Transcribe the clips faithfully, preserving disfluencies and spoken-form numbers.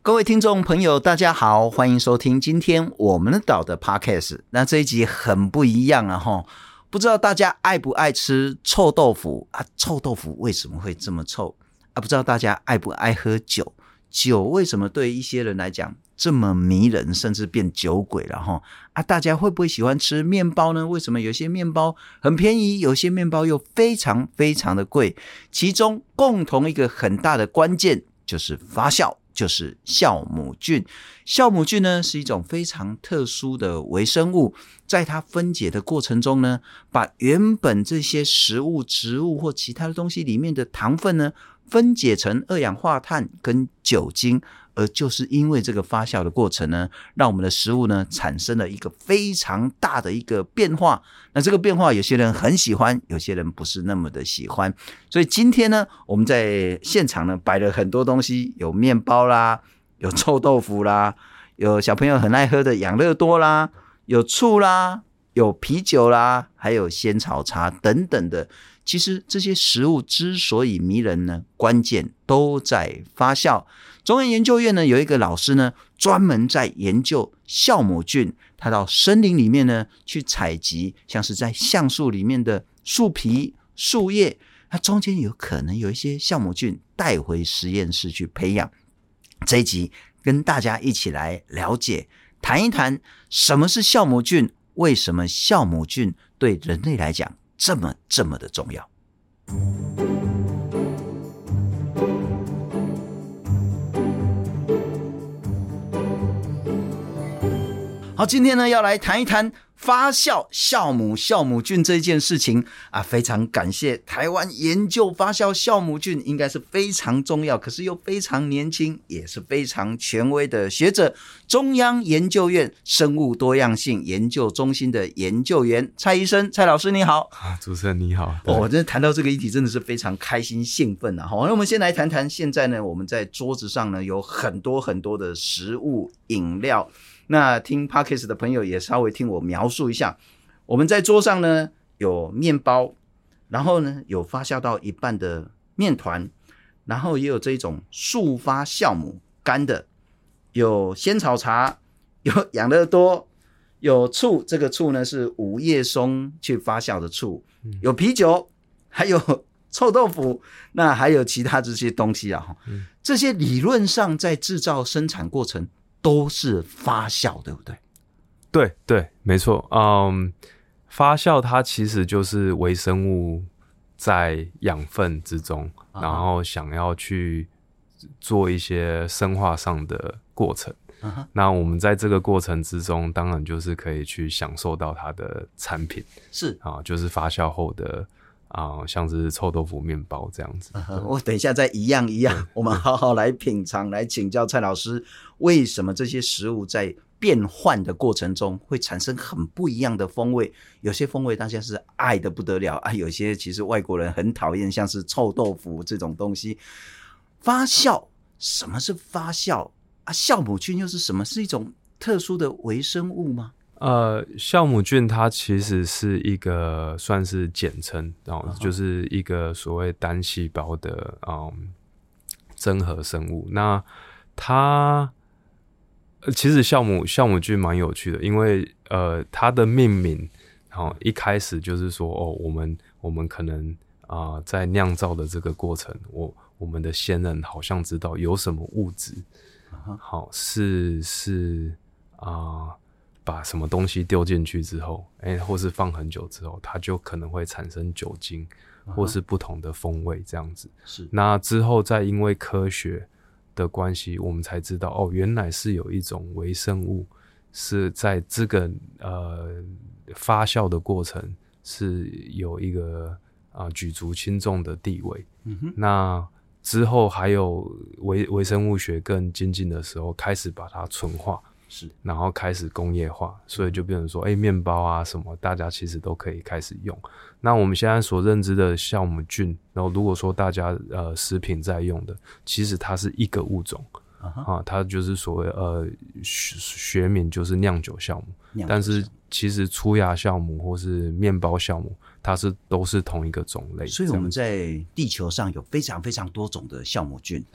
各位听众朋友大家好，欢迎收听今天我们的岛的 Podcast。 那这一集很不一样啊齁，不知道大家爱不爱吃臭豆腐啊？臭豆腐为什么会这么臭啊？不知道大家爱不爱喝酒？酒为什么对一些人来讲这么迷人，甚至变酒鬼了齁？啊，大家会不会喜欢吃面包呢？为什么有些面包很便宜，有些面包又非常非常的贵？其中共同一个很大的关键就是发酵，就是酵母菌。酵母菌呢是一种非常特殊的微生物，在它分解的过程中呢，把原本这些食物、植物或其他的东西里面的糖分呢，分解成二氧化碳跟酒精。而就是因为这个发酵的过程呢，让我们的食物呢产生了一个非常大的一个变化。那这个变化有些人很喜欢，有些人不是那么的喜欢。所以今天呢，我们在现场呢摆了很多东西，有面包啦，有臭豆腐啦，有小朋友很爱喝的养乐多啦，有醋啦，有啤酒啦，还有仙草茶等等的。其实这些食物之所以迷人呢，关键都在发酵。中原研究院呢有一个老师呢，专门在研究酵母菌，他到森林里面呢去采集，像是在橡树里面的树皮、树叶，它中间有可能有一些酵母菌，带回实验室去培养。这一集跟大家一起来了解，谈一谈什么是酵母菌，为什么酵母菌对人类来讲这么这么的重要。好，今天呢要来谈一谈发酵酵母酵母菌这件事情啊，非常感谢台湾研究发酵酵母菌应该是非常重要，可是又非常年轻，也是非常权威的学者，中央研究院生物多样性研究中心的研究员蔡医生。蔡老师你好。 啊，主持人你好。 哦，我真的谈到这个议题真的是非常开心兴奋啊。好，那我们先来谈谈，现在呢我们在桌子上呢有很多很多的食物饮料。那听 Podcast 的朋友也稍微听我描述一下，我们在桌上呢有面包，然后呢有发酵到一半的面团，然后也有这种速发酵母干的，有仙草茶，有养乐多，有醋，这个醋呢是五叶松去发酵的醋，有啤酒，还有臭豆腐，那还有其他这些东西啊，嗯、这些理论上在制造生产过程都是发酵，对不对？ 对对，没错。嗯，发酵它其实就是微生物在养分之中，啊、然后想要去做一些生化上的过程。啊、那我们在这个过程之中，当然就是可以去享受到它的产品， 是啊，就是发酵后的。啊、呃，像是臭豆腐面包这样子。 uh-huh, 我等一下再一样一样，我们好好来品尝，来请教蔡老师，为什么这些食物在变换的过程中会产生很不一样的风味？有些风味大家是爱的不得了啊，有些其实外国人很讨厌，像是臭豆腐这种东西。发酵，什么是发酵啊？酵母菌又是什么？是一种特殊的微生物吗？ 呃，酵母菌它其实是一个算是简称，然后就是一个所谓单细胞的嗯真核生物。那它其实酵母酵母菌蛮有趣的，因为呃它的命名，然后一开始就是说哦，我们我们可能啊、呃、在酿造的这个过程，我我们的先人好像知道有什么物质，好是是啊。呃把什么东西丢进去之后，欸，或是放很久之后，它就可能会产生酒精，或是不同的风味这样子。 是。 那之后再因为科学的关系，我们才知道哦，原来是有一种微生物是在这个呃发酵的过程是有一个啊、呃、举足轻重的地位。嗯哼。那之后还有微微生物学更精进的时候，开始把它纯化。 是， 然后开始工业化，所以就变成说，哎，面包啊什么，大家其实都可以开始用。那我们现在所认知的酵母菌，然后如果说大家呃食品在用的，其实它是一个物种， uh-huh. 啊，它就是所谓呃学名就是酿酒酵母，但是其实粗芽酵母或是面包酵母，它是都是同一个种类。 所以我们在地球上有非常非常多种的酵母菌。 对。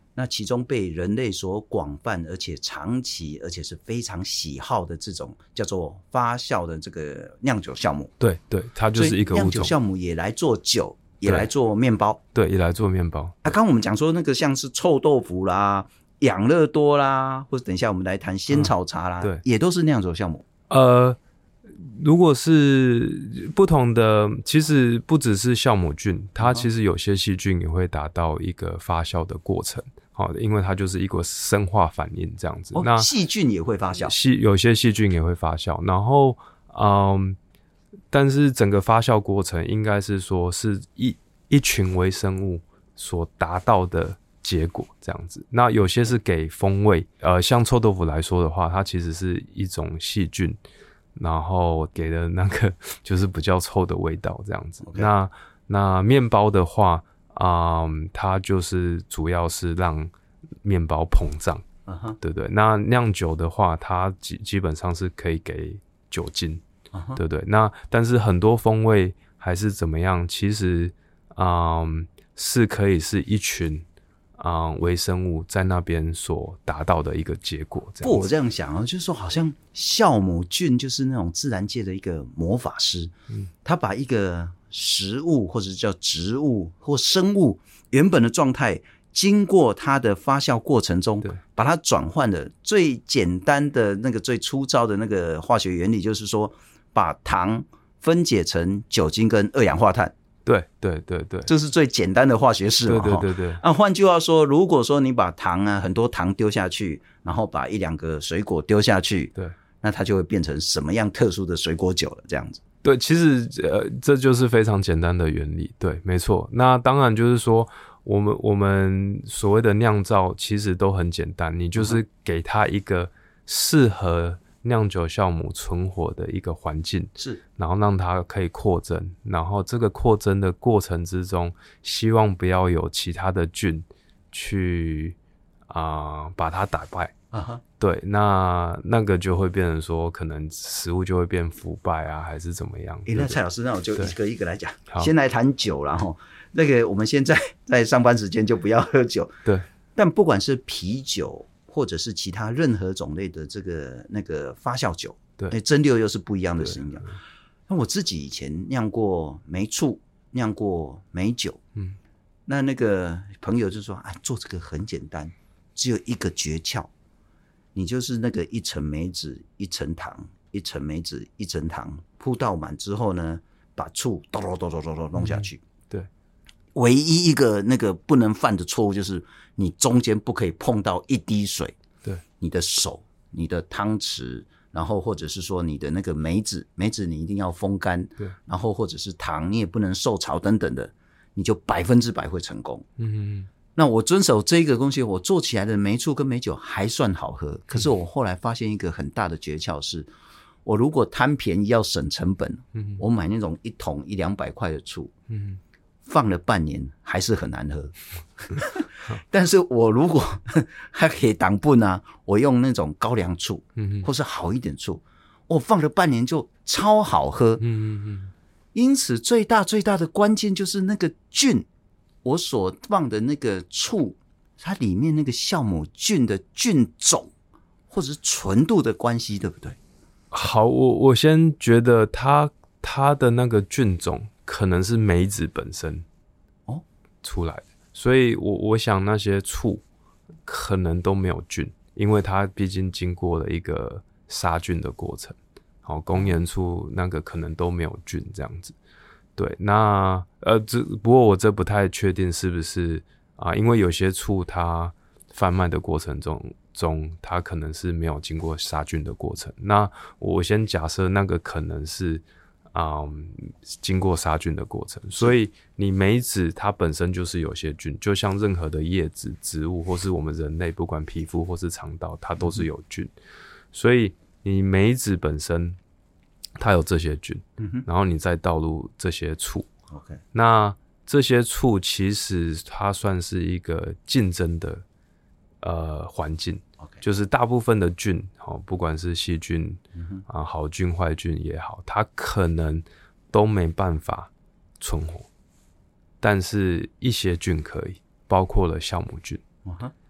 那其中被人类所广泛而且长期而且是非常喜好的这种叫做发酵的这个酿酒酵母。 对对，它就是一个物种。 酿酒酵母也来做酒，也来做面包。 对，也来做面包。 啊，刚刚我们讲说那个像是臭豆腐啦、养乐多啦，或者等一下我们来谈仙草茶啦，嗯、对，也都是酿酒酵母。 呃，如果是不同的，其实不只是酵母菌，它其实有些细菌也会达到一个发酵的过程。好，因为它就是一个生化反应这样子。 哦、 那细菌也会发酵， 细有些细菌也会发酵，然后嗯，但是整个发酵过程应该是说是一一群微生物所达到的结果这样子。那有些是给风味，呃，像臭豆腐来说的话，它其实是一种细菌，然后给的那个就是比较臭的味道这样子。Okay. 那那面包的话。嗯，它就是主要是让面包膨胀， uh-huh. 对不对？那酿酒的话，它基基本上是可以给酒精， uh-huh. 对不对？那但是很多风味还是怎么样，其实嗯是可以是一群嗯微生物在那边所达到的一个结果。这样不，我这样想啊，就是说好像酵母菌就是那种自然界的一个魔法师，嗯，他把一个食物或者叫植物或生物原本的状态，经过它的发酵过程中，把它转换的最简单的那个最粗糙的那个化学原理，就是说把糖分解成酒精跟二氧化碳。 对对对对， 这是最简单的化学式嘛。 对对对对。 啊，换句话说，如果说你把糖啊很多糖丢下去，然后把一两个水果丢下去， 对， 那它就会变成什么样特殊的水果酒了？这样子。 对，其实呃，这就是非常简单的原理。对，没错。那当然就是说，我们我们所谓的酿造其实都很简单，你就是给它一个适合酿酒酵母存活的一个环境， 是， 然后让它可以扩增，然后这个扩增的过程之中，希望不要有其他的菌去啊、呃、把它打败。 啊哈， 对，那那个就会变成说，可能食物就会变腐败啊，还是怎么样？ 欸、那蔡老师，那我就一个一个来讲。先来谈酒啦齁，那个我们现在在上班时间就不要喝酒。 对， 但不管是啤酒或者是其他任何种类的这个那个发酵酒， 对， 那蒸馏又是不一样的事情。那我自己以前酿过梅醋，酿过梅酒，嗯，那那个朋友就说，哎，做这个很简单，只有一个诀窍。你就是那个一层梅子一层糖，一层梅子一层糖铺到满之后呢，把醋咚咚咚咚咚咚弄下去、嗯。 对， 唯一一个那个不能犯的错误就是你中间不可以碰到一滴水。 对， 你的手、你的汤匙，然后或者是说你的那个梅子，梅子你一定要风干。 对， 然后或者是糖，你也不能受潮等等的，你就百分之百会成功。 嗯嗯。 那我遵守这个东西，我做起来的梅醋跟梅酒还算好喝。可是我后来发现一个很大的诀窍是，我如果贪便宜要省成本，嗯、我买那种一桶一两百块的醋，嗯、放了半年还是很难喝。但是我如果还可以挡笨啊，我用那种高粱醋，嗯、或是好一点醋，我放了半年就超好喝。嗯、因此最大最大的关键就是那个菌。我所放的那个醋，它里面那个酵母菌的菌种或者是纯度的关系，对不对？ 好，我我先觉得它它的那个菌种可能是梅子本身哦出来的，所以我我想那些醋可能都没有菌，因为它毕竟经过了一个杀菌的过程。好，工研醋那个可能都没有菌这样子。对，那呃，这不过我这不太确定是不是啊、呃，因为有些醋它贩卖的过程中中，它可能是没有经过杀菌的过程。那我先假设那个可能是啊、呃、经过杀菌的过程，所以你梅子它本身就是有些菌，就像任何的叶子、植物或是我们人类，不管皮肤或是肠道，它都是有菌，嗯、所以你梅子本身。它有这些菌、嗯，然后你再倒入这些醋 ，OK， 那这些醋其实它算是一个竞争的呃环境 ，OK， 就是大部分的菌，哦，不管是细菌、 嗯、 啊好菌坏菌也好，它可能都没办法存活，但是一些菌可以，包括了酵母菌， uh-huh.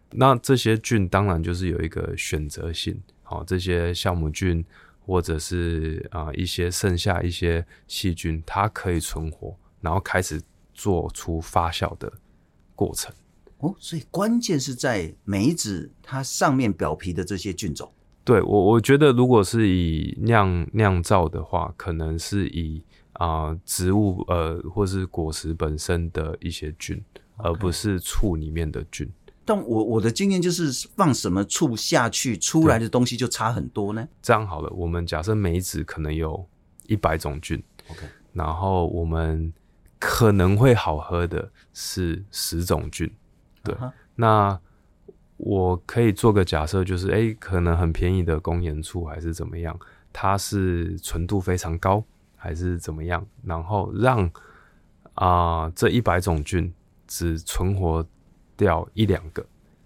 那这些菌当然就是有一个选择性，好、哦，这些酵母菌或者是啊、呃、一些剩下一些细菌，它可以存活，然后开始做出发酵的过程。 哦，所以关键是在梅子它上面表皮的这些菌种。 对，我我觉得如果是以酿酿造的话，可能是以啊、呃、植物呃或是果实本身的一些菌， okay. 而不是醋里面的菌。 但我我的经验就是放什么醋下去，出来的东西就差很多呢。 这样好了，我们假设梅子可能有一百种菌 ，OK， 然后我们可能会好喝的是十种菌。对， uh-huh. 那我可以做个假设，就是诶可能很便宜的工研醋还是怎么样，它是纯度非常高还是怎么样，然后让啊、呃、这一百种菌只存活掉一两个。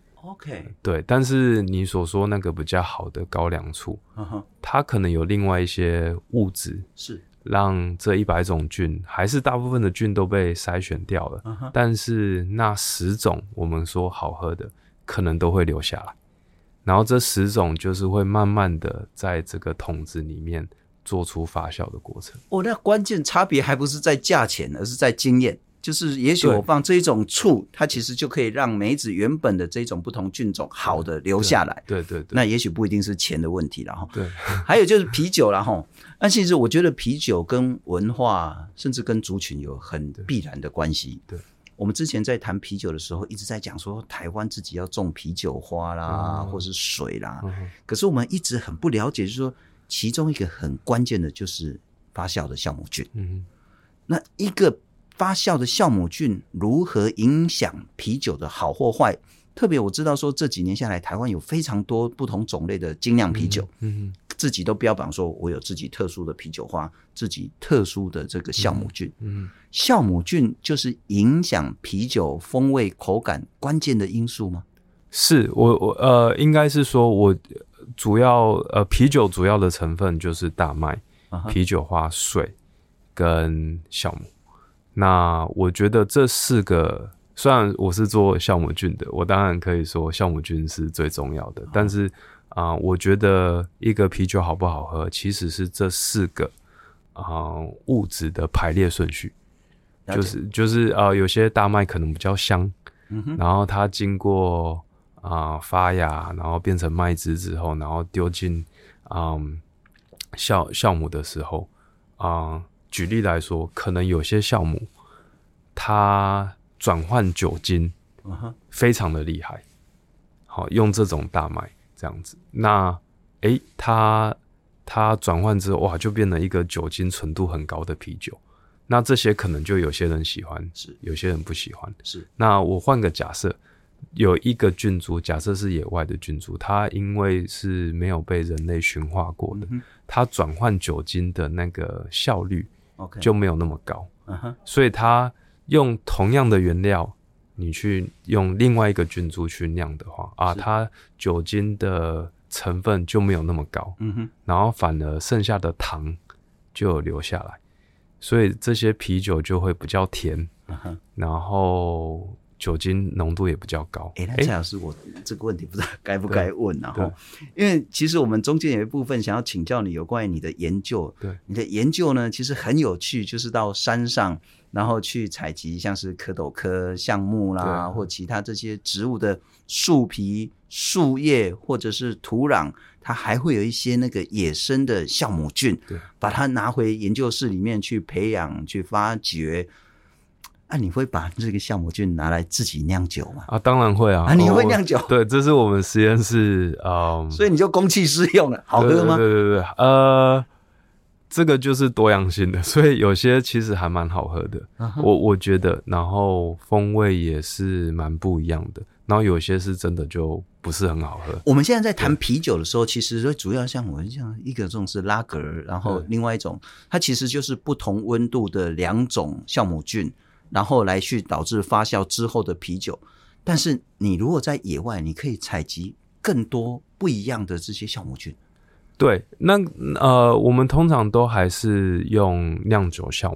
OK， 对，但是你所说那个比较好的高粱醋， uh-huh. 它可能有另外一些物质是让这一百种菌，还是大部分的菌都被筛选掉了， uh-huh. 但是那十种我们说好喝的可能都会留下来，然后这十种就是会慢慢的在这个桶子里面做出发酵的过程。 哦，那关键差别还不是在价钱，而是在经验。就是也许我放这一种醋，它其实就可以让梅子原本的这种不同菌种好的留下来。 对对 对, 对， 那也许不一定是钱的问题啦齁。 对， 还有就是啤酒啦齁。那其实我觉得啤酒跟文化甚至跟族群有很必然的关系。 对， 我们之前在谈啤酒的时候一直在讲说台湾自己要种啤酒花啦、嗯、或是水啦、嗯、可是我们一直很不了解，就是说其中一个很关键的就是发酵的酵母菌。嗯，那一个发酵的酵母菌如何影响啤酒的好或坏？特别我知道说这几年下来台湾有非常多不同种类的精酿啤酒，嗯，嗯，自己都标榜说我有自己特殊的啤酒花，自己特殊的这个酵母菌。嗯，嗯，酵母菌就是影响啤酒风味口感关键的因素吗？ 是，我我呃应该是说我主要呃啤酒主要的成分就是大麦、uh-huh. 啤酒花、水跟酵母。那我觉得这四个，虽然我是做酵母菌的，我当然可以说酵母菌是最重要的，哦、但是啊、呃，我觉得一个啤酒好不好喝，其实是这四个啊、呃、物质的排列顺序，就是就是啊、呃，有些大麦可能比较香，嗯哼，然后它经过啊、呃、发芽，然后变成麦汁之后，然后丢进啊酵酵母的时候啊。呃举例来说，可能有些酵母它转换酒精非常的厉害，好，用这种大麦这样子，那诶它它转换之后，哇，就变成一个酒精纯度很高的啤酒。那这些可能就有些人喜欢，是有些人不喜欢。是，那我换个假设，有一个菌株，假设是野外的菌株，它因为是没有被人类驯化过的，嗯、它转换酒精的那个效率就没有那么高， uh-huh. 所以它用同样的原料，你去用另外一个菌株去酿的话啊，它酒精的成分就没有那么高，嗯哼，然后反而剩下的糖就有留下来，所以这些啤酒就会比较甜， uh-huh. 然后酒精浓度也比较高。 诶，那蔡老师，我这个问题不知道该不该问啊？因为其实我们中间有一部分想要请教你有关于你的研究。对，你的研究呢，其实很有趣，就是到山上，然后去采集像是蝌蚪科、橡木啦，或其他这些植物的树皮、树叶或者是土壤，它还会有一些那个野生的酵母菌，对，把它拿回研究室里面去培养、去发掘。啊，你会把这个酵母菌拿来自己酿酒吗？ 啊，当然会啊！ 啊，你会酿酒？ 对，这是我们实验室，嗯， 所以你就公器私用了，好喝吗？ 对对对对，呃，这个就是多样性的，所以有些其实还蛮好喝的，uh-huh. 我我觉得，然后风味也是蛮不一样的，然后有些是真的就不是很好喝。 我们现在在谈啤酒的时候，其实主要像我像一个这种是拉格，然后另外一种，它其实就是不同温度的两种酵母菌。然后来去导致发酵之后的啤酒，但是你如果在野外，你可以采集更多不一样的这些酵母菌。 对，那呃，我们通常都还是用酿酒酵母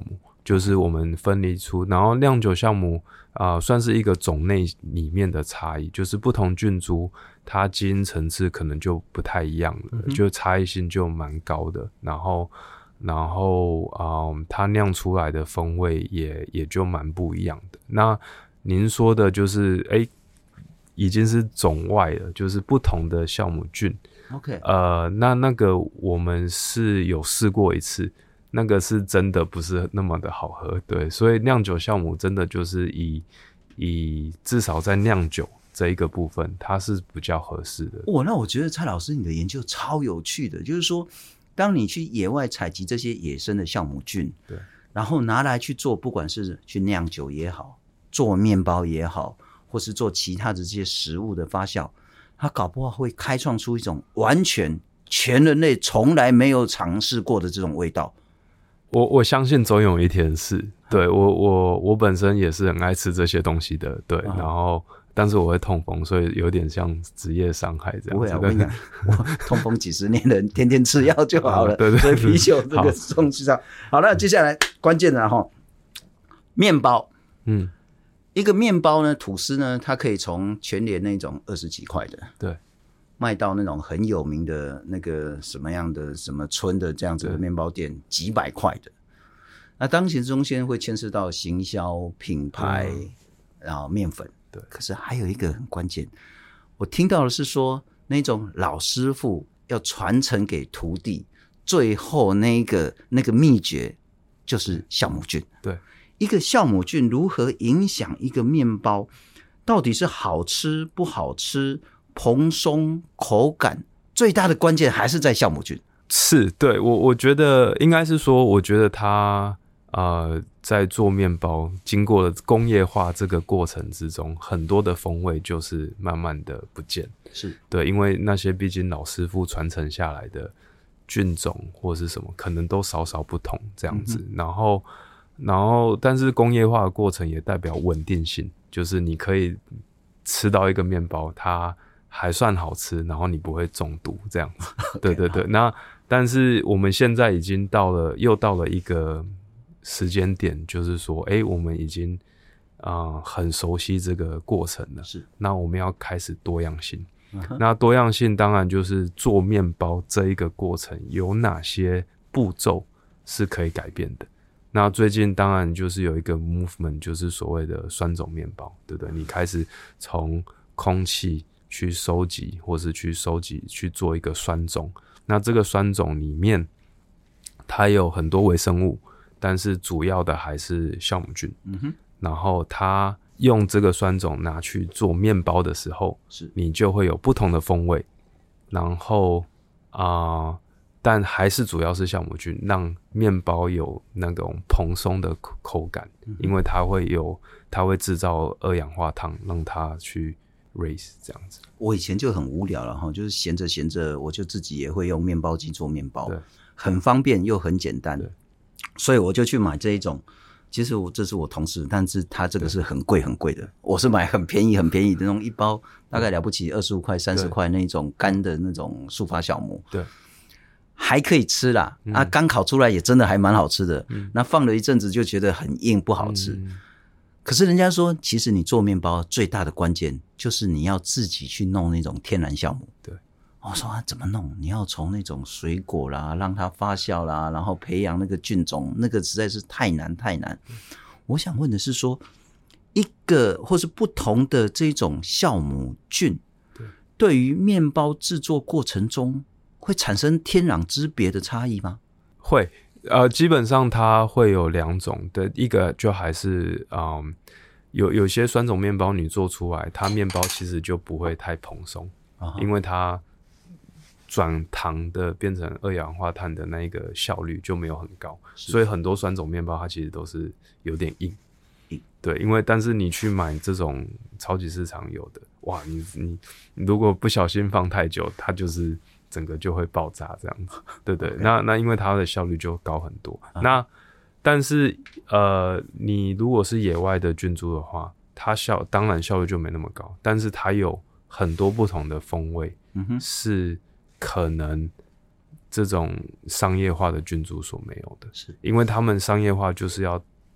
就是我们分离出，然后酿酒酵母啊、呃，算是一个种类里面的差异，就是不同菌株它基因层次可能就不太一样了，嗯、就差异性就蛮高的，然后然后啊、呃，它酿出来的风味也也就蛮不一样的。那您说的就是哎。欸已经是种外了，就是不同的酵母菌。 OK， 呃，那那个我们是有试过一次，那个是真的不是那么的好喝，对，所以酿酒酵母真的就是以以至少在酿酒这一个部分，它是比较合适的。 哇，那我觉得蔡老师你的研究超有趣的，就是说，当你去野外采集这些野生的酵母菌， 对， 然后拿来去做，不管是去酿酒也好，做面包也好。或是做其他的这些食物的发酵，它搞不好会开创出一种完全全人类从来没有尝试过的这种味道。 我我相信总有一天是，对，我我我本身也是很爱吃这些东西的，对，嗯、然后但是我会痛风，所以有点像职业伤害这样子。 不会啊，我跟你讲，我痛风几十年的人，天天吃药就好了。 嗯、对对对， 所以啤酒这个东西上，好了，接下来关键的哈，面包，嗯。一个面包呢，吐司呢，它可以从全联那种二十几块的， 对， 卖到那种很有名的那个什么样的什么村的这样子的面包店，几百块的。那当前中间会牵涉到行销、品牌，嗯、然后面粉。 对， 可是还有一个很关键，我听到的是说，那种老师傅要传承给徒弟，最后那个那个秘诀就是酵母菌。 对。 一个酵母菌如何影响一个面包，到底是好吃不好吃，蓬松口感，最大的关键还是在酵母菌。 是，对，我我觉得应该是说，我觉得它呃在做面包经过了工业化这个过程之中，很多的风味就是慢慢的不见。 是， 对，因为那些毕竟老师傅传承下来的菌种或是什么，可能都少少不同这样子，嗯、然后。然后，但是工业化的过程也代表稳定性，就是你可以吃到一个面包，它还算好吃，然后你不会中毒这样子。Okay, 对对对。那但是我们现在已经到了，又到了一个时间点，就是说，哎，我们已经啊、呃、很熟悉这个过程了。 是。那我们要开始多样性。Uh-huh. 那多样性当然就是做面包这一个过程有哪些步骤是可以改变的。那最近当然就是有一个 movement， 就是所谓的酸种面包，对不对？你开始从空气去收集，或是去收集去做一个酸种。那这个酸种里面，它有很多微生物，但是主要的还是酵母菌。嗯哼。然后它用这个酸种拿去做面包的时候， 是你就会有不同的风味。然后啊。呃但还是主要是酵母菌，让面包有那种蓬松的口感，嗯、因为它会有，它会制造二氧化碳，让它去 raise 这样子。 我以前就很无聊了哈，就是闲着闲着，我就自己也会用面包机做面包，很方便又很简单，所以我就去买这一种。其实我这是我同事，但是他这个是很贵很贵的，我是买很便宜很便宜的那种一包，大概了不起二十五块、三十块那种干的那种速发酵母。 对。 还可以吃啦，嗯、啊，刚烤出来也真的还蛮好吃的。嗯、那放了一阵子就觉得很硬不好吃。嗯、可是人家说，其实你做面包最大的关键就是你要自己去弄那种天然酵母。 对， 我说啊，怎么弄？你要从那种水果啦，让它发酵啦，然后培养那个菌种，那个实在是太难太难。嗯、我想问的是说，一个或是不同的这种酵母菌，对，对于面包制作过程中。会产生天壤之别的差异吗？ 会，呃，基本上它会有两种的，一个就还是，嗯，有有些酸种面包你做出来，它面包其实就不会太蓬松，啊、因为它转糖的变成二氧化碳的那一个效率就没有很高，所以很多酸种面包它其实都是有点硬。对，因为但是你去买这种超级市场有的，哇，你你你如果不小心放太久，它就是整个就会爆炸这样子，对对。Okay. 那那因为它的效率就高很多。Uh-huh. 那但是呃，你如果是野外的菌株的话，它效当然效率就没那么高，但是它有很多不同的风味，嗯哼，是可能这种商业化的菌株所没有的， 是因为他们商业化就是要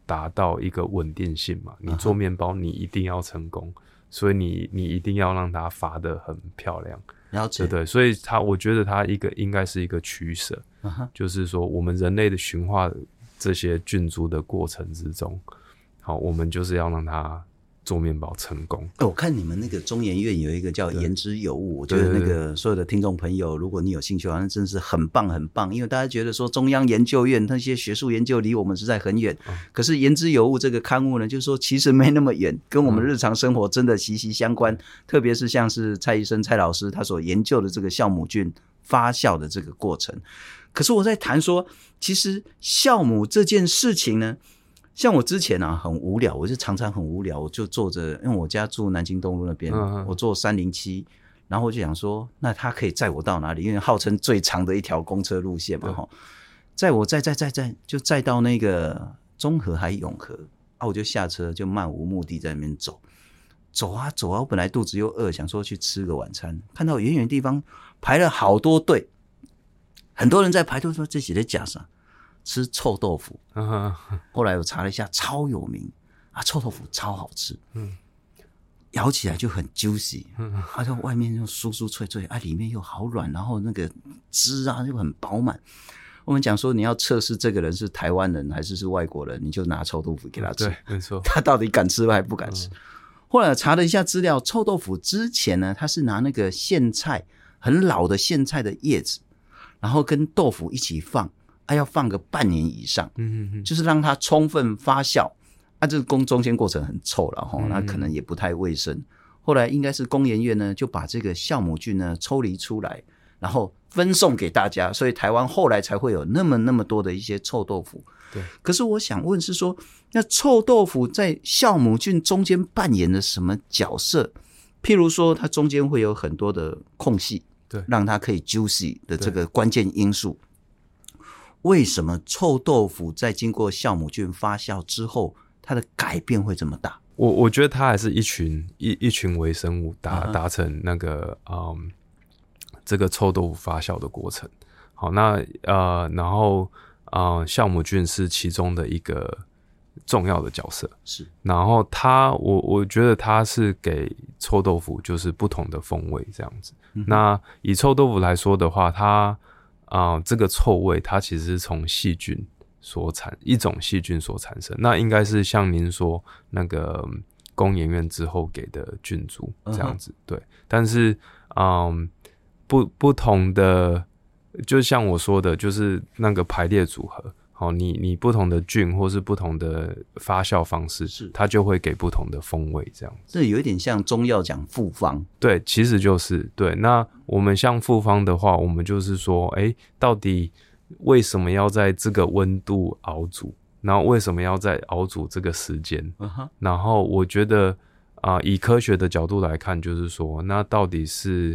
达到一个稳定性嘛。你做面包，你一定要成功，所以你你一定要让它发得很漂亮， 了解， 对对。所以它，我觉得它一个应该是一个取舍，uh-huh. 就是说我们人类的驯化这些菌株的过程之中，好，我们就是要让它做面包成功。 哦，我看你们那个中研院有一个叫言之有物，我觉得那个所有的听众朋友，如果你有兴趣的话，那真是很棒很棒。因为大家觉得说中央研究院那些学术研究离我们实在很远，嗯、可是言之有物这个刊物呢，就是说其实没那么远，跟我们日常生活真的息息相关。嗯、特别是像是蔡医生蔡老师他所研究的这个酵母菌发酵的这个过程。可是我在谈说，其实酵母这件事情呢，像我之前啊很无聊，我就常常很无聊，我就坐着，因为我家住南京东路那边，嗯、我坐三零七，然后我就想说，那他可以载我到哪里？因为号称最长的一条公车路线嘛，哈，载我载载载载，就载到那个中和还永和啊，我就下车，就漫无目的在那边走，走啊走啊，我本来肚子又饿，想说去吃个晚餐，看到远远地方排了好多队，很多人在排队，说这几在假啥？吃臭豆腐，uh-huh. 后来我查了一下，超有名啊，臭豆腐超好吃，嗯，咬起来就很 juicy， 嗯，而且外面又酥酥脆脆，啊，里面又好软，然后那个汁啊又很饱满。我们讲说，你要测试这个人是台湾人还是是外国人，你就拿臭豆腐给他吃， 对，没错， 他到底敢吃还不敢吃？嗯、后来查了一下资料，臭豆腐之前呢，他是拿那个苋菜，很老的苋菜的叶子，然后跟豆腐一起放。啊，要放个半年以上，嗯嗯嗯，就是让它充分发酵。啊，这个中间过程很臭了哈，那可能也不太卫生。后来应该是工研院呢，就把这个酵母菌呢抽离出来，然后分送给大家，所以台湾后来才会有那么那么多的一些臭豆腐。 对。 可是我想问是说，那臭豆腐在酵母菌中间扮演了什么角色？譬如说，它中间会有很多的空隙， 对， 让它可以 juicy 的这个关键因素。为什么臭豆腐在经过酵母菌发酵之后，它的改变会这么大？ 我我觉得它还是一群一一群微生物达达成那个嗯这个臭豆腐发酵的过程。好，那呃然后呃酵母菌是其中的一个重要的角色， 是。然后它我我觉得它是给臭豆腐就是不同的风味这样子。嗯、那以臭豆腐来说的话，它啊、呃，这个臭味它其实是从细菌所产一种细菌所产生，那应该是像您说那个工研院之后给的菌株这样子， uh-huh. 对。但是嗯，不不同的，就像我说的，就是那个排列组合。好，你你不同的菌或是不同的发酵方式，是它就会给不同的风味，这样子。 这有一点像中药讲复方， 对，其实就是对。那我们像复方的话，我们就是说，哎，到底为什么要在这个温度熬煮？然后为什么要在熬煮这个时间？ uh-huh. 然后我觉得啊、呃，以科学的角度来看，就是说，那到底是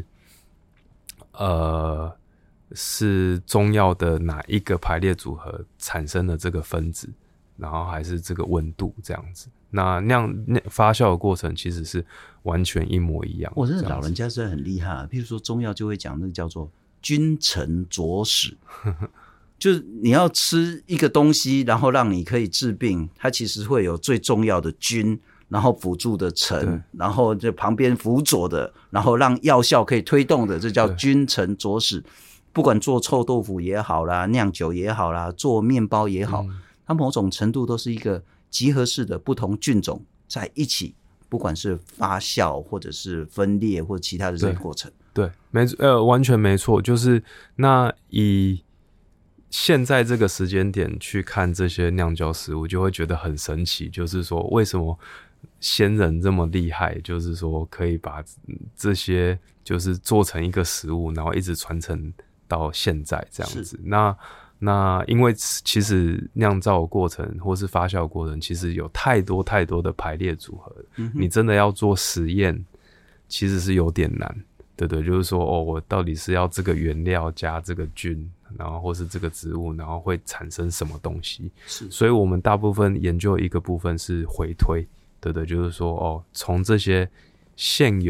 呃。是中药的哪一个排列组合产生的这个分子，然后还是这个温度这样子？那那样发酵的过程其实是完全一模一样。 我真的老人家真的很厉害、啊，譬如说中药就会讲那个叫做君臣佐使，就是你要吃一个东西，然后让你可以治病，它其实会有最重要的君，然后辅助的臣，然后这旁边辅佐的，然后让药效可以推动的，这叫君臣佐使。不管做臭豆腐也好啦，酿酒也好啦，做面包也好、嗯、它某种程度都是一个集合式的不同菌种在一起，不管是发酵或者是分裂或其他的这个过程。 对，对没呃完全没错，就是那以现在这个时间点去看这些酿造食物，就会觉得很神奇，就是说为什么先人这么厉害，就是说可以把这些就是做成一个食物，然后一直传承到现在这样子。那那因为其实酿造的过程或是发酵的过程其实有太多太多的排列组合、嗯、你真的要做实验其实是有点难，对对，就是说哦，我到底是要这个原料加这个菌，然后或是这个植物，然后会产生什么东西。是，所以我们大部分研究一个部分是回推，对对，就是说哦，从这些现有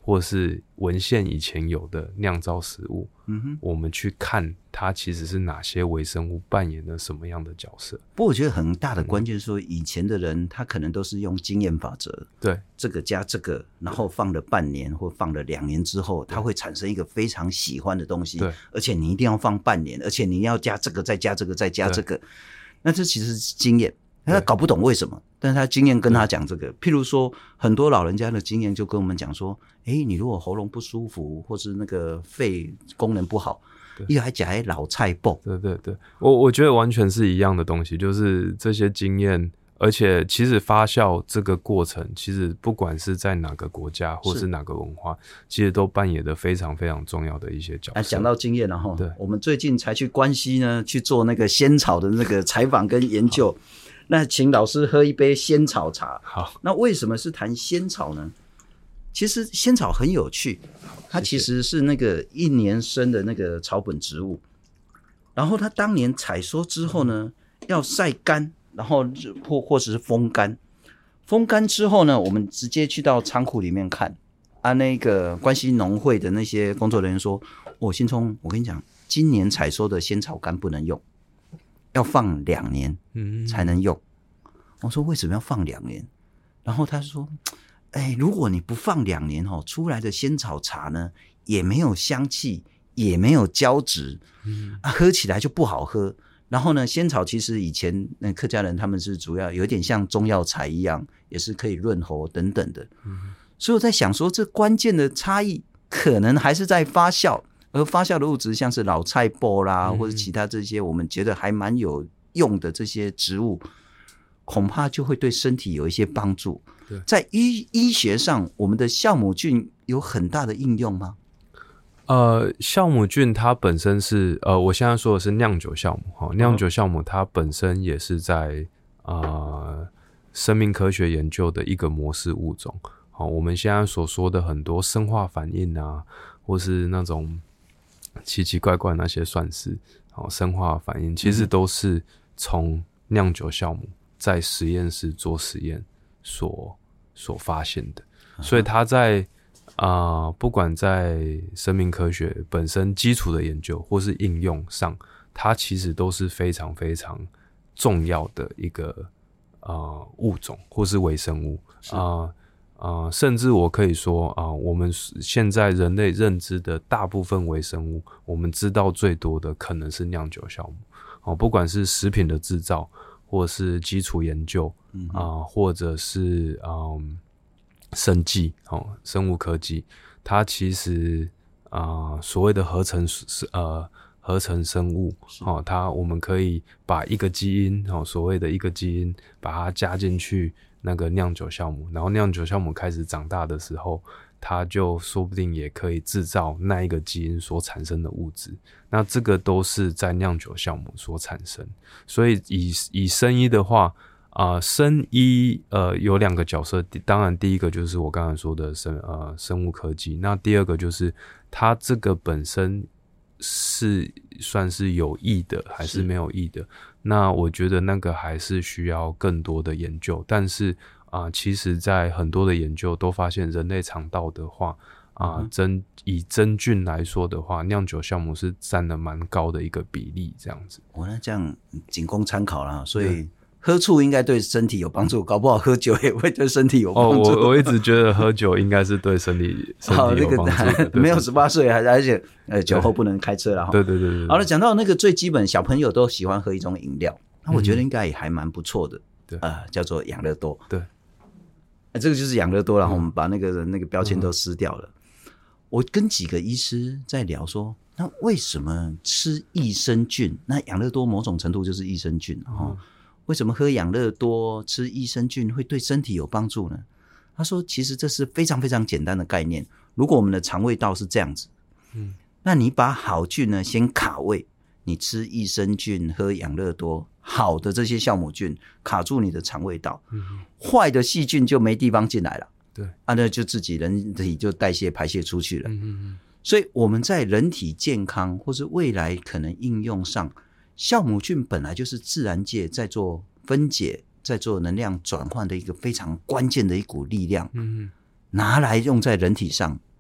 或是文献以前有的酿造食物，嗯哼，我们去看它其实是哪些微生物扮演了什么样的角色。 不过我觉得很大的关键是说，以前的人他可能都是用经验法则， 对， 这个加这个，然后放了半年或放了两年之后，它会产生一个非常喜欢的东西， 对， 而且你一定要放半年，而且你要加这个再加这个再加这个，那这其实是经验。他搞不懂为什么，但是他经验跟他讲这个，譬如说很多老人家的经验就跟我们讲说，诶，你如果喉咙不舒服或是那个肺功能不好，又还加老菜脯。 对对对，我我觉得完全是一样的东西，就是这些经验，而且其实发酵这个过程，其实不管是在哪个国家或是哪个文化，其实都扮演的非常非常重要的一些角色。 讲到经验了哈， 对， 我们最近才去关西呢去做那个仙草的那个采访跟研究。那请老师喝一杯仙草茶。 好， 那为什么是谈仙草呢？其实仙草很有趣，它其实是那个一年生的那个草本植物，然后它当年采收之后呢，要晒干，然后或或者是风干。风干之后呢，我们直接去到仓库里面看啊，那个关西农会的那些工作人员说：“哦，新聪，我跟你讲，今年采收的仙草干不能用。”要放两年才能用、嗯、我说为什么要放两年？然后他说哎，如果你不放两年哦，出来的仙草茶呢也没有香气也没有胶质、嗯啊、喝起来就不好喝。然后呢，仙草其实以前那客家人他们是主要有点像中药材一样，也是可以润喉等等的、嗯、所以我在想说这关键的差异可能还是在发酵，而发酵的物质像是老菜脯啦、嗯、或者其他这些我们觉得还蛮有用的这些植物，恐怕就会对身体有一些帮助。在 医, 医学上我们的酵母菌有很大的应用吗？ 呃，酵母菌它本身是呃，我现在说的是酿酒酵母哈，酿酒酵母它本身也是在呃生命科学研究的一个模式物种。好，我们现在所说的很多生化反应啊，或是那种奇奇怪怪那些算是好生化反应，其实都是从酿酒酵母在实验室做实验所所发现的。所以它在啊、呃，不管在生命科学本身基础的研究，或是应用上，它其实都是非常非常重要的一个呃物种，或是微生物啊啊、呃呃，甚至我可以说啊、呃，我们现在人类认知的大部分微生物，我们知道最多的可能是酿酒酵母哦、呃，不管是食品的制造，或是基础研究啊、嗯呃，或者是嗯。呃生技、哦、生物科技，它其实啊、呃，所谓的合成呃合成生物，哦，它我们可以把一个基因，哦，所谓的一个基因，把它加进去那个酿酒酵母，然后酿酒酵母开始长大的时候，它就说不定也可以制造那一个基因所产生的物质。那这个都是在酿酒酵母所产生。所以以以生医的话。啊、呃，生医呃有两个角色，当然第一个就是我刚才说的生呃生物科技，那第二个就是它这个本身是算是有益的还是没有益的？那我觉得那个还是需要更多的研究。但是啊、呃，其实在很多的研究都发现，人类肠道的话啊、呃，真以真菌来说的话，酿酒酵母是占了蛮高的一个比例，这样子。 我、哦、那这样仅供参考啦，所以。喝醋应该对身体有帮助，搞不好喝酒也会对身体有帮助。 哦，我我一直觉得喝酒应该是对身体身体有帮助的。哦那个、没有十八岁，而且呃酒后不能开车啦。 对对对对。 好了，讲到那个最基本，小朋友都喜欢喝一种饮料，那我觉得应该也还蛮不错的。对、嗯、啊、呃，叫做养乐多。 对， 呃、这个就是养乐多，然后我们把那个那个标签都撕掉了、嗯。我跟几个医师在聊说，那为什么吃益生菌？那养乐多某种程度就是益生菌哈。嗯为什么喝养乐多吃益生菌会对身体有帮助呢？他说其实这是非常非常简单的概念。如果我们的肠胃道是这样子，嗯，那你把好菌呢先卡位，你吃益生菌喝养乐多，好的这些酵母菌卡住你的肠胃道，嗯，坏的细菌就没地方进来了，对啊，那就自己人体就代谢排泄出去了。嗯嗯，所以我们在人体健康或是未来可能应用上，酵母菌本来就是自然界在做分解在做能量转换的一个非常关键的一股力量，嗯，拿来用在人体上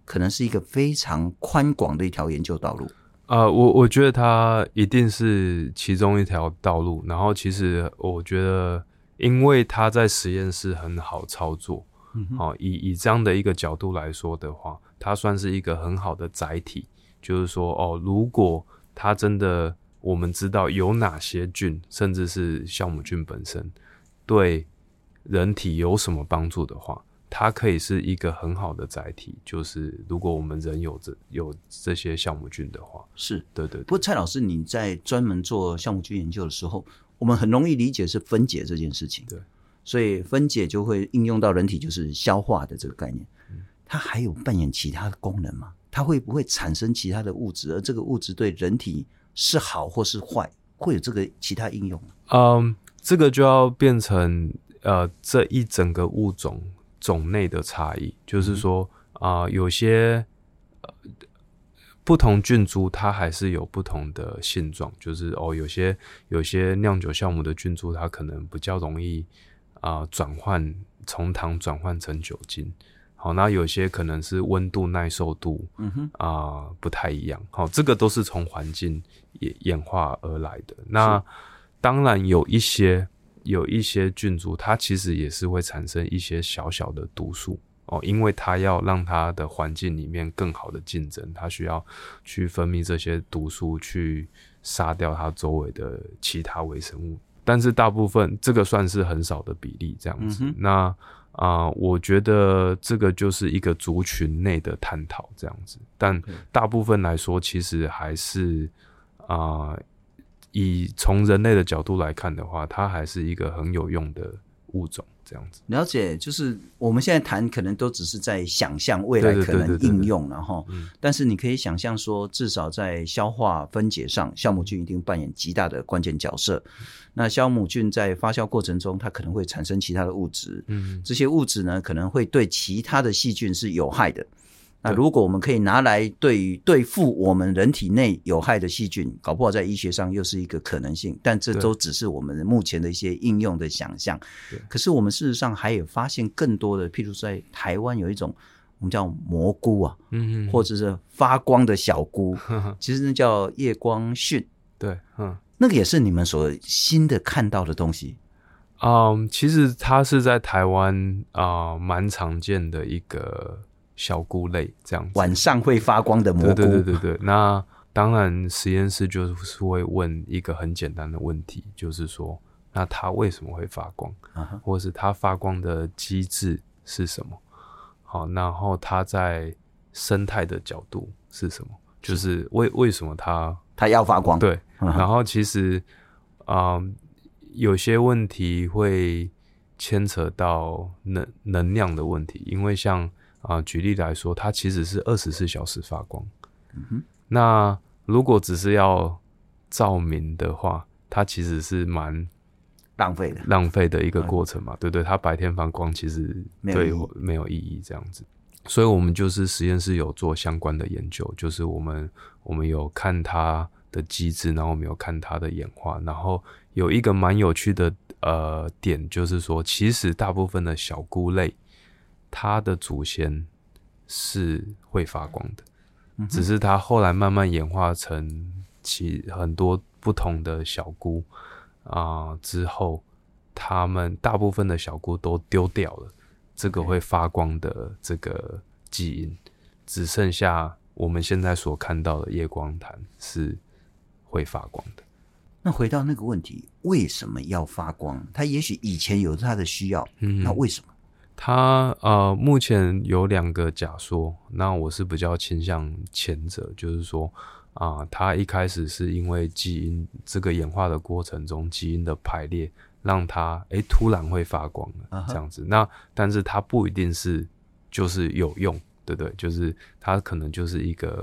可能是一个非常宽广的一条研究道路。 呃，我我觉得它一定是其中一条道路。然后其实我觉得，因为它在实验室很好操作，嗯哦、以以这样的一个角度来说的话，它算是一个很好的载体。就是说，哦，如果它真的我们知道有哪些菌，甚至是酵母菌本身对人体有什么帮助的话，它可以是一个很好的载体。就是如果我们人有这有这些酵母菌的话， 是对对对。 不过蔡老师，你在专门做酵母菌研究的时候，我们很容易理解是分解这件事情， 对， 所以分解就会应用到人体，就是消化的这个概念。嗯、它还有扮演其他的功能吗？它会不会产生其他的物质，而这个物质对人体是好或是坏，会有这个其他应用吗？ 嗯，这个就要变成呃这一整个物种种内的差异，就是说啊、呃，有些、呃、不同菌株它还是有不同的性状，就是哦，有些有些酿酒酵母的菌株它可能比较容易啊转换从糖转换成酒精。好，那有些可能是温度耐受度，嗯哼，啊、呃，不太一样。好，这个都是从环境演演化而来的。那当然有一些有一些菌株，它其实也是会产生一些小小的毒素哦，因为它要让它的环境里面更好的竞争，它需要去分泌这些毒素去杀掉它周围的其他微生物。但是大部分这个算是很少的比例这样子。嗯、那啊、呃，我觉得这个就是一个族群内的探讨这样子，但大部分来说，其实还是啊、呃，以从人类的角度来看的话，它还是一个很有用的物种这样子。 了解，就是我们现在谈可能都只是在想象未来可能应用，然后，但是你可以想象说，至少在消化分解上，酵母菌一定扮演极大的关键角色。那酵母菌在发酵过程中，它可能会产生其他的物质，嗯，这些物质呢，可能会对其他的细菌是有害的。那如果我们可以拿来对于对付我们人体内有害的细菌，搞不好在医学上又是一个可能性，但这都只是我们目前的一些应用的想象。可是我们事实上还有发现更多的，譬如在台湾有一种我们叫蘑菇啊，嗯嗯，或者是发光的小菇，其实那叫夜光蕈。 对，嗯， 那个也是你们所新的看到的东西。 嗯，其实它是在台湾啊蛮、呃、常见的一个小菇类这样子， 晚上会发光的蘑菇。 对对对对对。那当然实验室就是会问一个很简单的问题，就是说那它为什么会发光、uh-huh. 或是它发光的机制是什么。好，然后它在生态的角度是什么，就是为为什么它它要发光。 对、uh-huh. 然后其实啊、呃、有些问题会牵扯到能能量的问题，因为像啊、呃，举例来说，它其实是二十四小时发光。嗯哼。那如果只是要照明的话，它其实是蛮浪费的， 浪费的一个过程嘛，嗯、对对，它白天发光其实对没有意义这样子。所以我们就是实验室有做相关的研究，就是我们我们有看它的机制，然后我们有看它的演化，然后有一个蛮有趣的呃点，就是说，其实大部分的小菇类，它的祖先是会发光的，嗯、只是它后来慢慢演化成其很多不同的小菇啊、呃、之后，它们大部分的小菇都丢掉了这个会发光的这个基因，只剩下我们现在所看到的夜光痰是会发光的。 那回到那个问题，为什么要发光？它也许以前有它的需要，嗯，那为什么？ 它呃，目前有两个假说，那我是比较倾向前者，就是说啊、呃，它一开始是因为基因这个演化的过程中，基因的排列让它诶突然会发光了，这样子。Uh-huh. 那但是它不一定是就是有用，对不对？就是它可能就是一个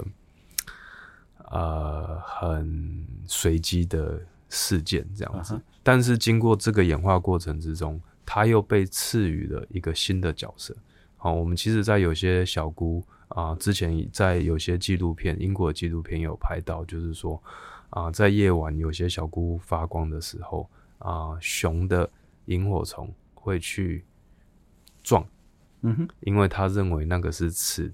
呃很随机的事件这样子。Uh-huh. 但是经过这个演化过程之中，它又被赐予了一个新的角色。好，我们其实在有些小菇啊、呃，之前在有些纪录片，英国的纪录片有拍到，就是说啊、呃，在夜晚有些小菇发光的时候啊、呃，雄的萤火虫会去撞，嗯哼，因为他认为那个是雌的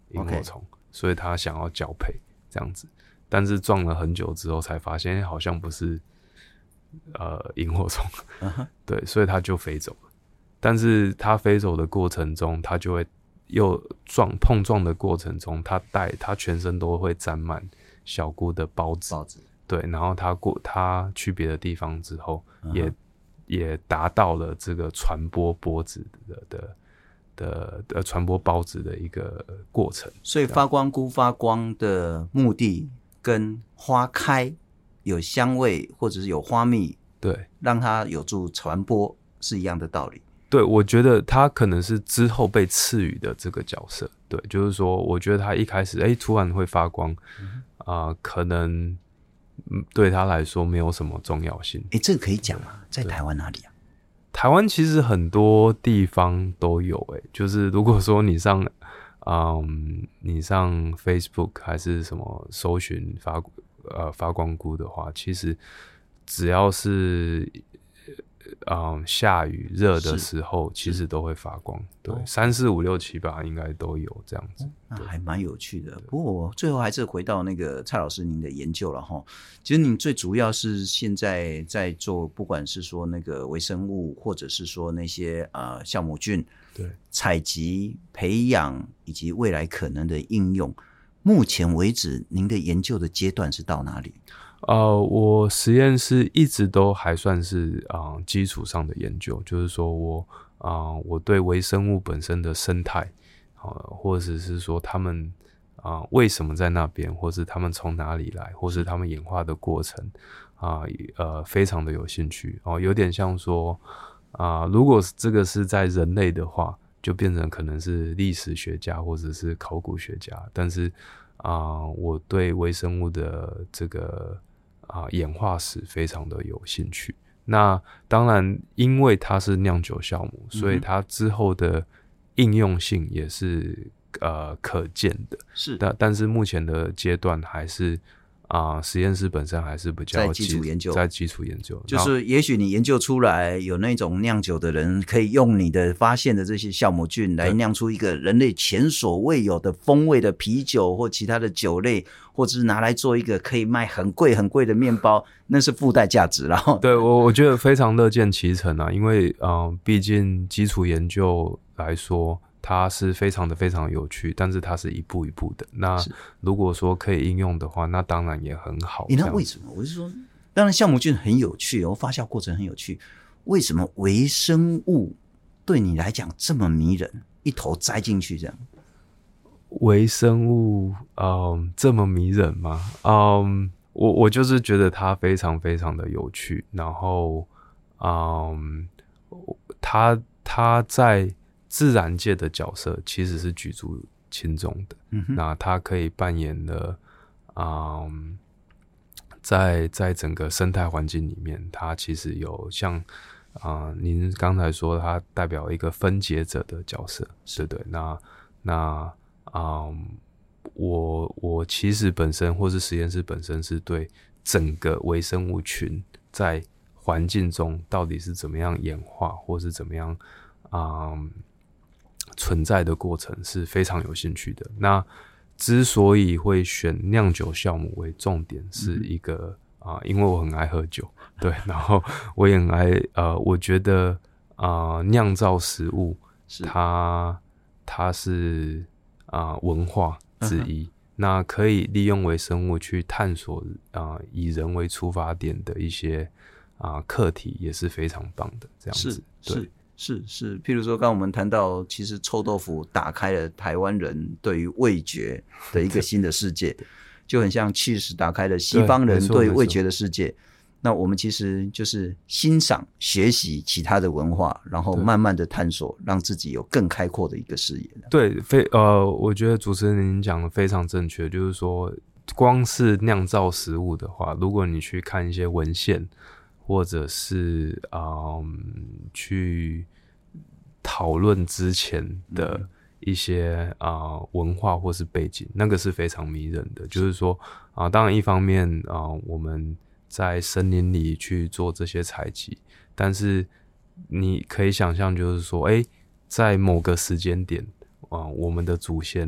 萤火虫， okay. 所以他想要交配这样子，但是撞了很久之后才发现，欸、好像不是呃萤火虫， uh-huh. 对，所以他就飞走了。但是他飞走的过程中，他就会又撞碰撞的过程中，他带他全身都会沾满小菇的孢子，孢子对，然后他过他去别的地方之后， uh-huh. 也也达到了这个传播孢子的的的的传播孢子的一个过程。 所以发光菇发光的目的跟花开有香味或者是有花蜜， 对， 让它有助传播是一样的道理。 对，我觉得他可能是之后被赐予的这个角色。对，就是说，我觉得他一开始哎突然会发光，啊、嗯呃，可能对他来说没有什么重要性。 哎，这个可以讲吗？在台湾哪里啊？ 台湾其实很多地方都有、欸，哎，就是如果说你上，嗯，你上 Facebook 还是什么搜寻发呃发光菇的话，其实只要是嗯下雨热的时候，其实都会发光。对，三四五六七八应该都有这样子，哦、 那还蛮有趣的。不过我最后还是回到那个蔡老师您的研究了哈。其实您最主要是现在在做，不管是说那个微生物，或者是说那些呃酵母菌， 对， 采集、培养以及未来可能的应用。目前为止，您的研究的阶段是到哪里？ 呃，我实验室一直都还算是啊、呃、基础上的研究，就是说我啊、呃、我对微生物本身的生态，呃，或者是说他们啊、呃、为什么在那边，或是他们从哪里来，或是他们演化的过程啊 呃, 呃非常的有兴趣哦、呃，有点像说啊、呃，如果这个是在人类的话，就变成可能是历史学家或者是考古学家，但是啊、呃，我对微生物的这个啊、呃、演化史非常的有兴趣。那当然，因为它是酿酒酵母，所以它之后的应用性也是呃可见的。 是， 但但是目前的阶段还是啊、呃，实验室本身还是比较在基础研究， 在基础研究， 就是也许你研究出来有那种酿酒的人，可以用你的发现的这些酵母菌来酿出一个人类前所未有的风味的啤酒或其他的酒类，或者是拿来做一个可以卖很贵很贵的面包，那是附带价值了。 对，我我觉得非常乐见其成啊，因为呃，毕竟基础研究来说，它是非常的非常有趣，但是它是一步一步的。那如果说可以应用的话，那当然也很好。 欸、那为什么？我是说，当然酵母菌很有趣，发酵过程很有趣，为什么微生物对你来讲这么迷人，一头栽进去这样？ 微生物，嗯，这么迷人吗？嗯，我我就是觉得它非常非常的有趣，然后，嗯，它它在自然界的角色其实是举足轻重的。嗯，那它可以扮演了，嗯，在在整个生态环境里面，它其实有像啊、呃，您刚才说它代表一个分解者的角色，对对，那那。嗯，我我其实本身或是实验室本身是对整个微生物群在环境中到底是怎么样演化，或是怎么样嗯存在的过程是非常有兴趣的。那之所以会选酿酒酵母为重点，是一个啊、呃，因为我很爱喝酒，对，然后我也很爱呃，我觉得啊，酿造食物它它是。啊、呃，文化之一， uh-huh. 那可以利用微生物去探索啊、呃，以人为出发点的一些啊课题，也是非常棒的。这样子， 是是是是。譬如说，刚刚我们谈到，其实臭豆腐打开了台湾人对于味觉的一个新的世界，就很像 cheese 打开了西方人对味觉的世界。那我们其实就是欣赏、学习其他的文化，然后慢慢的探索，让自己有更开阔的一个视野。 对，非呃，我觉得主持人您讲的非常正确，就是说，光是酿造食物的话，如果你去看一些文献，或者是嗯去讨论之前的一些啊、呃、文化或是背景，那个是非常迷人的。就是说啊、呃，当然一方面啊、呃，我们在森林里去做这些采集，但是你可以想象，就是说，哎，在某个时间点啊、呃，我们的祖先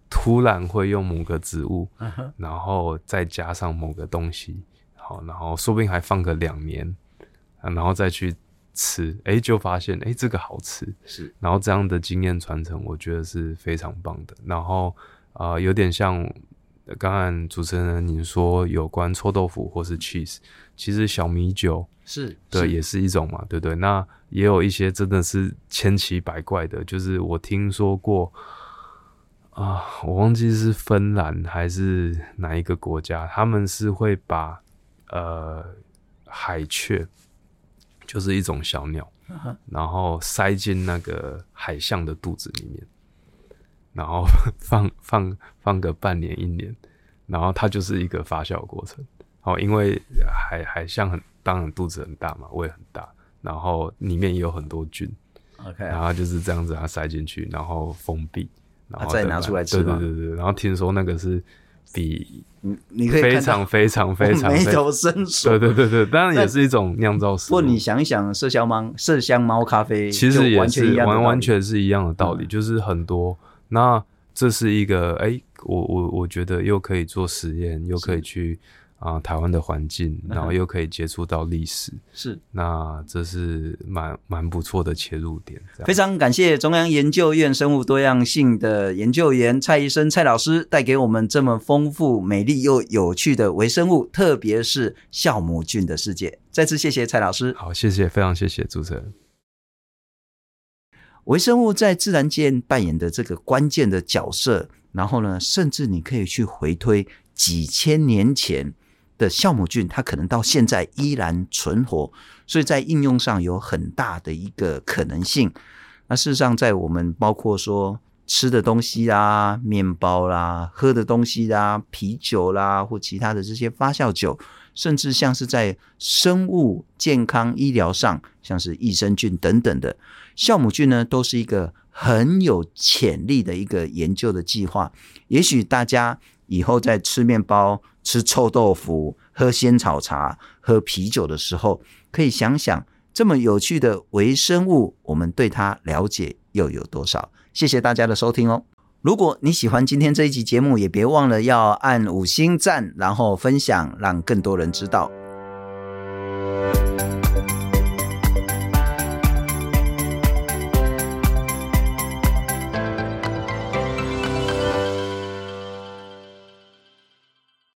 突然会用某个植物， 嗯哼， 然后再加上某个东西，好，然后说不定还放个两年，然后再去吃，哎，就发现哎这个好吃， 是， 然后这样的经验传承，我觉得是非常棒的。然后啊、呃，有点像刚才主持人您说有关臭豆腐或是 cheese， 其实小米酒是对也是一种嘛，对不对？那也有一些真的是千奇百怪的，就是我听说过。啊，我忘记是芬兰还是哪一个国家，他们是会把呃海雀，就是一种小鸟， uh-huh. 然后塞进那个海象的肚子里面，然后放放放个半年一年，然后它就是一个发酵过程。哦，因为海海象很当然肚子很大嘛，胃很大，然后里面也有很多菌 ，OK， 然后就是这样子，它塞进去，然后封闭。然后、 啊、再拿出来吃吗？ 对对对对，然后听说那个是比你你可以非常非常非常眉头深锁。 对对对对，当然也是一种酿造食物。 不过你想一想，麝香猫麝香猫咖啡其实也是完完全是一样的道理，嗯、就是很多。那这是一个哎，我我我觉得又可以做实验，又可以去。啊、呃，台湾的环境，然后又可以接触到历史， 是， 那这是蛮蛮不错的切入点。 非常感谢中央研究院生物多样性的研究员蔡医生蔡老师带给我们这么丰富、美丽又有趣的微生物，特别是酵母菌的世界。再次谢谢蔡老师。 好，谢谢，非常谢谢主持人。 微生物在自然界扮演的这个关键的角色，然后呢，甚至你可以去回推几千年前。的酵母菌它可能到现在依然存活，所以在应用上有很大的一个可能性。那事实上在我们包括说吃的东西啦、面包啦、喝的东西啦、啤酒啦或其他的这些发酵酒，甚至像是在生物健康医疗上，像是益生菌等等的酵母菌呢，都是一个很有潜力的一个研究的计划。也许大家以后在吃面包、吃臭豆腐、喝仙草茶、喝啤酒的时候，可以想想这么有趣的微生物，我们对它了解又有多少？谢谢大家的收听哦。如果你喜欢今天这一集节目，也别忘了要按五星赞，然后分享，让更多人知道。